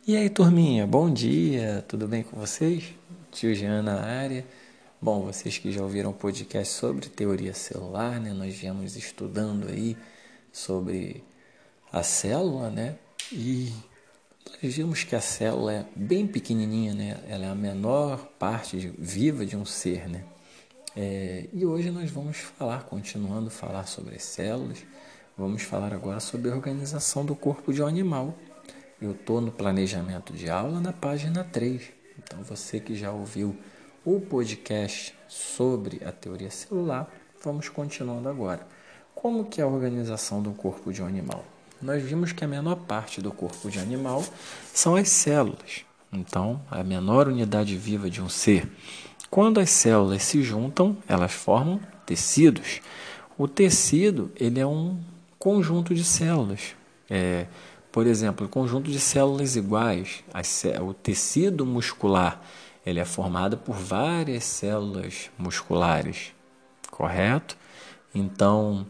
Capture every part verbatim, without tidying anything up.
E aí, turminha, bom dia, tudo bem com vocês? Tio Jean na área. Bom, vocês que já ouviram o podcast sobre teoria celular, né? Nós viemos estudando aí sobre a célula, né? E nós vimos que a célula é bem pequenininha, né? Ela é a menor parte de- viva de um ser, né? É, e hoje nós vamos falar, continuando a falar sobre as células, vamos falar agora sobre a organização do corpo de um animal. Eu estou no planejamento de aula na página três. Então, você que já ouviu o podcast sobre a teoria celular, vamos continuando agora. Como que é a organização do corpo de um animal? Nós vimos que a menor parte do corpo de um animal são as células. Então, a menor unidade viva de um ser. Quando as células se juntam, elas formam tecidos. O tecido, ele é um conjunto de células. É, por exemplo, o conjunto de células iguais. As, o tecido muscular, ele é formado por várias células musculares, correto? Então,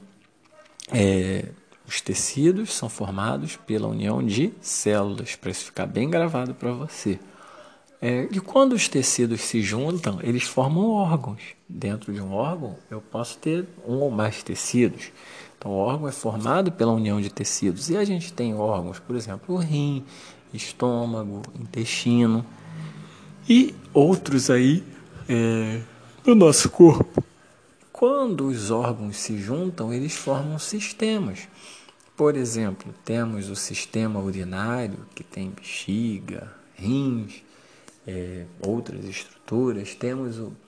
é, os tecidos são formados pela união de células, para isso ficar bem gravado para você. É, e quando os tecidos se juntam, eles formam órgãos. Dentro de um órgão, eu posso ter um ou mais tecidos. Então, o órgão é formado pela união de tecidos. E a gente tem órgãos, por exemplo, o rim, estômago, intestino e outros aí é, no nosso corpo. Quando os órgãos se juntam, eles formam sistemas. Por exemplo, temos o sistema urinário, que tem bexiga, rins, é, outras estruturas. Temos o,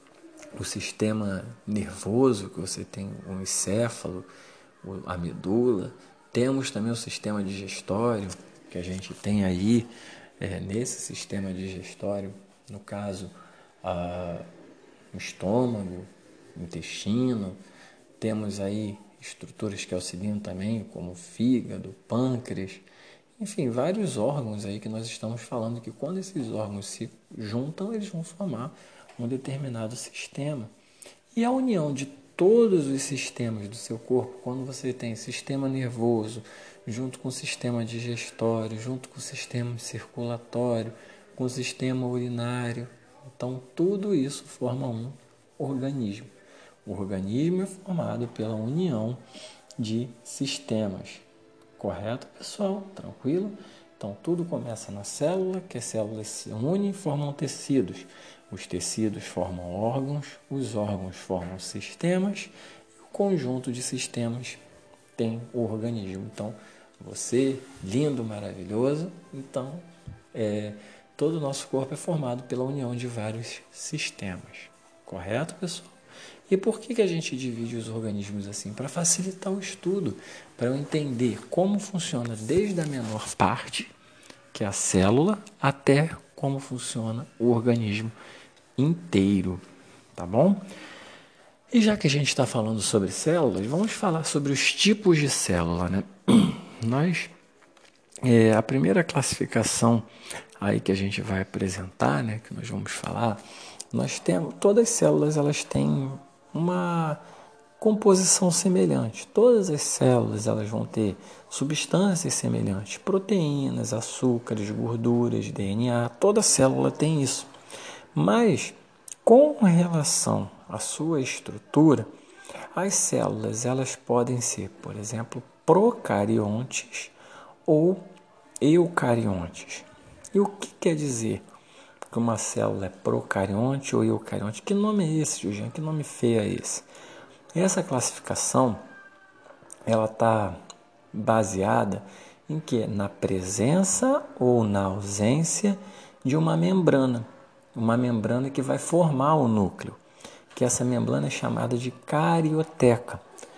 o sistema nervoso, que você tem o encéfalo, a medula. Temos também o sistema digestório, que a gente tem aí, é, nesse sistema digestório, no caso, a, o estômago, o intestino. Temos aí estruturas que auxiliam também, como o fígado, pâncreas, enfim, vários órgãos aí que nós estamos falando que quando esses órgãos se juntam, eles vão formar um determinado sistema. E a união de todos os sistemas do seu corpo, quando você tem sistema nervoso, junto com o sistema digestório, junto com o sistema circulatório, com o sistema urinário, então tudo isso forma um organismo. O organismo é formado pela união de sistemas. Correto, pessoal? Tranquilo? Então, tudo começa na célula, que as células se unem e formam tecidos. Os tecidos formam órgãos, os órgãos formam sistemas, e o conjunto de sistemas tem o organismo. Então, você, lindo, maravilhoso, então, é, todo o nosso corpo é formado pela união de vários sistemas. Correto, pessoal? E por que, que a gente divide os organismos assim? Para facilitar o estudo, para eu entender como funciona desde a menor parte, que é a célula, até como funciona o organismo inteiro, tá bom? E já que a gente está falando sobre células, vamos falar sobre os tipos de célula, né? Nós, é, a primeira classificação aí que a gente vai apresentar, né, que nós vamos falar, nós temos, todas as células elas têm uma composição semelhante. Todas as células elas vão ter substâncias semelhantes, proteínas, açúcares, gorduras, D N A, toda célula tem isso. Mas com relação à sua estrutura, as células elas podem ser, por exemplo, procariontes ou eucariontes. E o que quer dizer que uma célula é procarionte ou eucarionte? Que nome é esse, Julian? Que nome feio é esse? Essa classificação ela está baseada em que? Na presença ou na ausência de uma membrana. Uma membrana que vai formar o núcleo, que essa membrana é chamada de carioteca.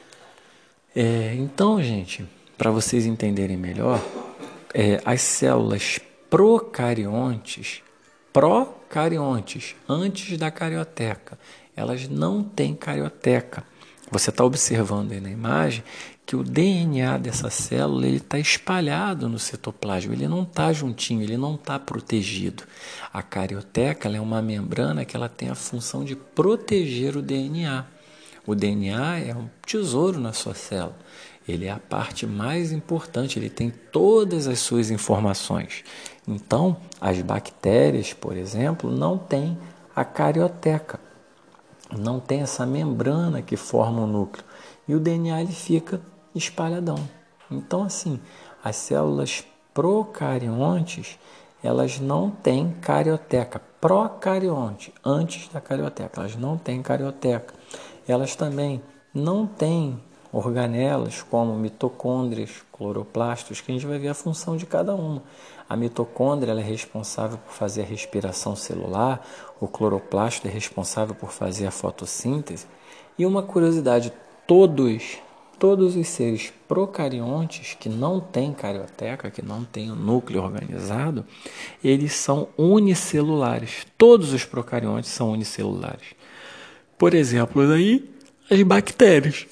É, então, gente, para vocês entenderem melhor, é, as células procariontes, procariontes, antes da carioteca, elas não têm carioteca. Você está observando aí na imagem que o D N A dessa célula está espalhado no citoplasma, ele não está juntinho, ele não está protegido. A carioteca ela é uma membrana que ela tem a função de proteger o D N A. O D N A é um tesouro na sua célula. Ele é a parte mais importante, ele tem todas as suas informações. Então, as bactérias, por exemplo, não têm a carioteca, não tem essa membrana que forma o núcleo. E o D N A ele fica espalhadão. Então, assim, as células procariontes, elas não têm carioteca. Procarionte, antes da carioteca, elas não têm carioteca. Elas também não têm organelas como mitocôndrias, cloroplastos, que a gente vai ver a função de cada uma. A mitocôndria ela é responsável por fazer a respiração celular, o cloroplasto é responsável por fazer a fotossíntese. E uma curiosidade, todos, todos os seres procariontes que não têm carioteca, que não têm o núcleo organizado, eles são unicelulares. Todos os procariontes são unicelulares. Por exemplo, daí as bactérias,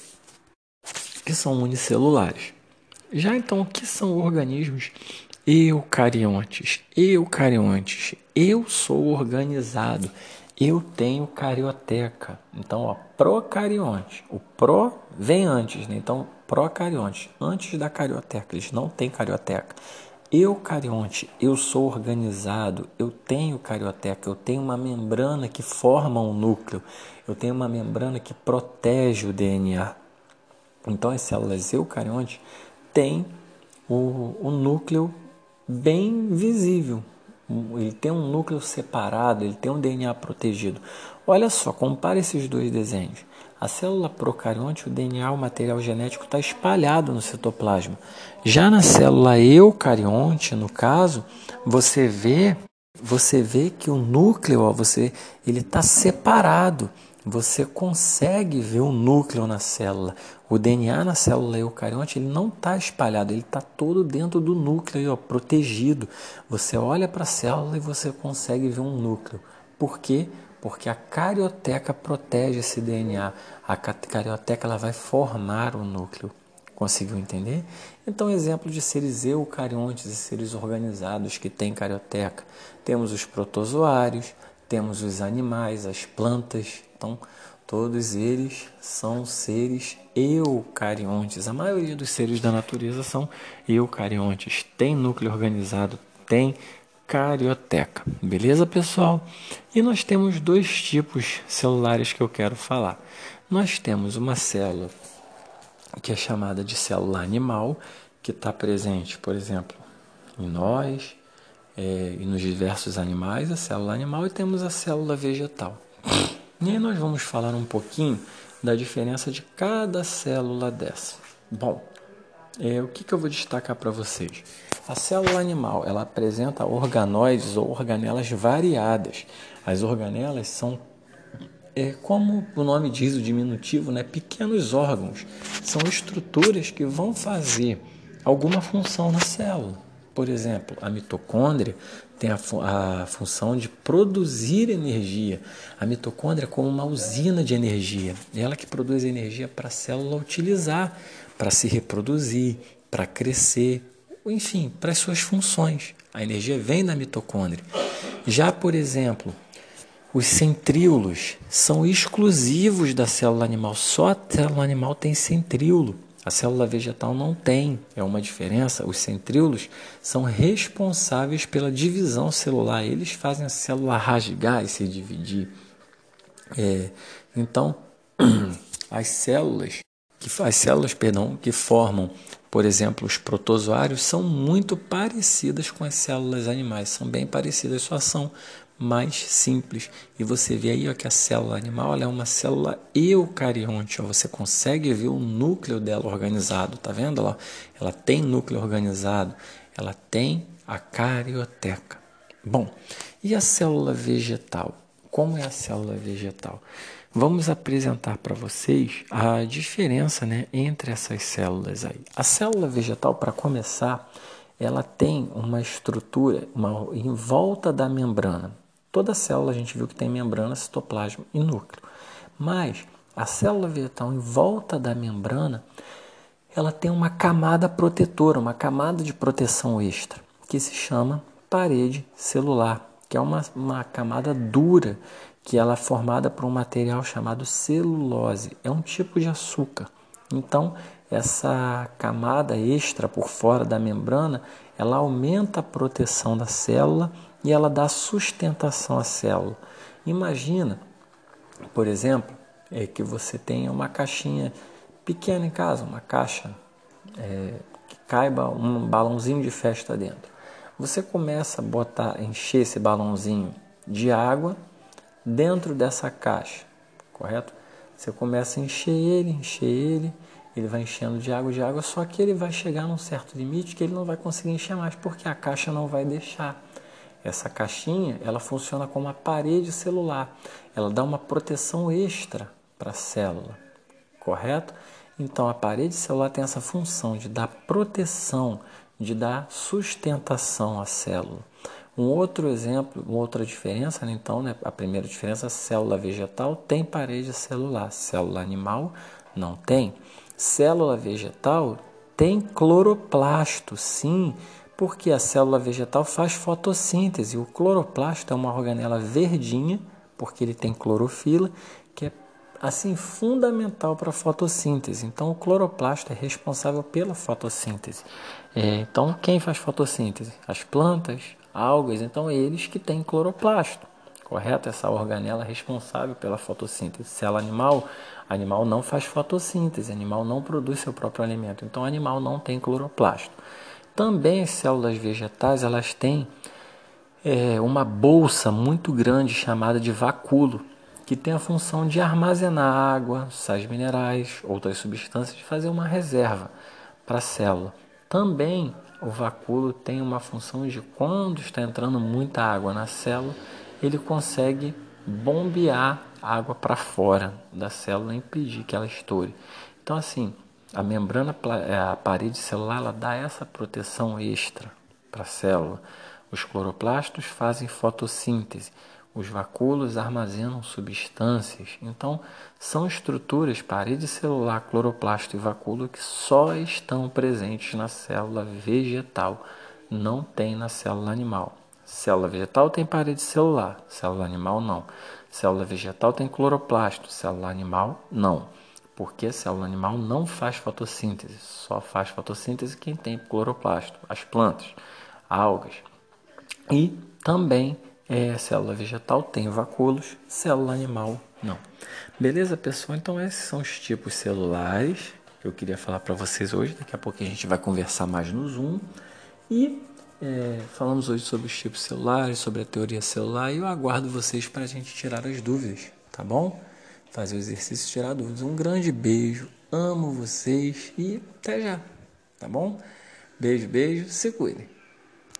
que são unicelulares. Já então, o que são organismos eucariontes? Eucariontes, eu sou organizado, eu tenho carioteca. Então, ó, procarionte, o pro vem antes, né? Então, procarionte, antes da carioteca, eles não têm carioteca. Eucarionte, eu sou organizado, eu tenho carioteca, eu tenho uma membrana que forma um núcleo, eu tenho uma membrana que protege o D N A. Então, as células eucariontes têm o, o núcleo bem visível. Ele tem um núcleo separado, ele tem um D N A protegido. Olha só, compare esses dois desenhos. A célula procarionte, o D N A, o material genético, está espalhado no citoplasma. Já na célula eucarionte, no caso, você vê, você vê que o núcleo, ó, você, ele está separado. Você consegue ver o núcleo na célula. O D N A na célula eucarionte ele não está espalhado, ele está todo dentro do núcleo, ó, protegido. Você olha para a célula e você consegue ver um núcleo. Por quê? Porque a carioteca protege esse D N A. A carioteca ela vai formar o núcleo. Conseguiu entender? Então, exemplo de seres eucariontes e seres organizados que têm carioteca. Temos os protozoários, temos os animais, as plantas. Então, todos eles são seres eucariontes. A maioria dos seres da natureza são eucariontes. Tem núcleo organizado, tem carioteca. Beleza, pessoal? E nós temos dois tipos celulares que eu quero falar. Nós temos uma célula que é chamada de célula animal, que está presente, por exemplo, em nós é, e nos diversos animais, a célula animal, e temos a célula vegetal. E aí nós vamos falar um pouquinho da diferença de cada célula dessa. Bom, é, o que, que eu vou destacar para vocês? A célula animal, ela apresenta organóides ou organelas variadas. As organelas são, é, como o nome diz, o diminutivo, né, pequenos órgãos. São estruturas que vão fazer alguma função na célula. Por exemplo, a mitocôndria tem a, fu- a função de produzir energia. A mitocôndria é como uma usina de energia. Ela que produz energia para a célula utilizar, para se reproduzir, para crescer, enfim, para as suas funções. A energia vem da mitocôndria. Já, por exemplo, os centríolos são exclusivos da célula animal. Só a célula animal tem centríolo. A célula vegetal não tem. É uma diferença. Os centríolos são responsáveis pela divisão celular. Eles fazem a célula rasgar e se dividir. É, então, as células, que, as células, perdão, que formam, por exemplo, os protozoários, são muito parecidas com as células animais. São bem parecidas, só são mais simples. E você vê aí ó, que a célula animal ela é uma célula eucarionte. Ó, você consegue ver o núcleo dela organizado. Tá vendo? Ela, ela tem núcleo organizado. Ela tem a carioteca. Bom, e a célula vegetal? Como é a célula vegetal? Vamos apresentar para vocês a diferença, né, entre essas células aí. A célula vegetal, para começar, ela tem uma estrutura uma, em volta da membrana. Toda célula a gente viu que tem membrana, citoplasma e núcleo. Mas a célula vegetal em volta da membrana, ela tem uma camada protetora, uma camada de proteção extra, que se chama parede celular, que é uma, uma camada dura, que ela é formada por um material chamado celulose. É um tipo de açúcar. Então, essa camada extra por fora da membrana, ela aumenta a proteção da célula e ela dá sustentação à célula. Imagina, por exemplo, é que você tenha uma caixinha pequena em casa, uma caixa é, que caiba um balãozinho de festa dentro. Você começa a botar, encher esse balãozinho de água dentro dessa caixa, correto? Você começa a encher ele, encher ele, ele vai enchendo de água, de água, só que ele vai chegar num certo limite que ele não vai conseguir encher mais, porque a caixa não vai deixar. Essa caixinha, ela funciona como uma parede celular, ela dá uma proteção extra para a célula, correto? Então, a parede celular tem essa função de dar proteção, de dar sustentação à célula. Um outro exemplo, uma outra diferença, né? Então, né? A primeira diferença, a célula vegetal tem parede celular, célula animal não tem. Célula vegetal tem cloroplasto, sim, porque a célula vegetal faz fotossíntese. O cloroplasto é uma organela verdinha, porque ele tem clorofila, que é assim fundamental para a fotossíntese. Então, o cloroplasto é responsável pela fotossíntese. É, então, quem faz fotossíntese? As plantas, algas, então eles que têm cloroplasto, correto? Essa organela é responsável pela fotossíntese. Célula animal, animal não faz fotossíntese, animal não produz seu próprio alimento, então animal não tem cloroplasto. Também as células vegetais, elas têm é, uma bolsa muito grande chamada de vacúolo, que tem a função de armazenar água, sais minerais, outras substâncias, de fazer uma reserva para a célula. Também o vacúolo tem uma função de, quando está entrando muita água na célula, ele consegue bombear água para fora da célula e impedir que ela estoure. Então, assim, a membrana, a parede celular, ela dá essa proteção extra para a célula. Os cloroplastos fazem fotossíntese. Os vacúolos armazenam substâncias. Então, são estruturas, parede celular, cloroplasto e vacúolo, que só estão presentes na célula vegetal, não tem na célula animal. Célula vegetal tem parede celular, célula animal não. Célula vegetal tem cloroplasto, célula animal não. Porque a célula animal não faz fotossíntese, só faz fotossíntese quem tem cloroplasto, as plantas, algas. E também é, célula vegetal tem vacúolos, célula animal não. Beleza, pessoal? Então esses são os tipos celulares que eu queria falar para vocês hoje. Daqui a pouco a gente vai conversar mais no Zoom. E é, falamos hoje sobre os tipos celulares, sobre a teoria celular, e eu aguardo vocês para a gente tirar as dúvidas, tá bom? Fazer o exercício e tirar dúvidas. Um grande beijo, amo vocês e até já, tá bom? Beijo, beijo, se cuidem.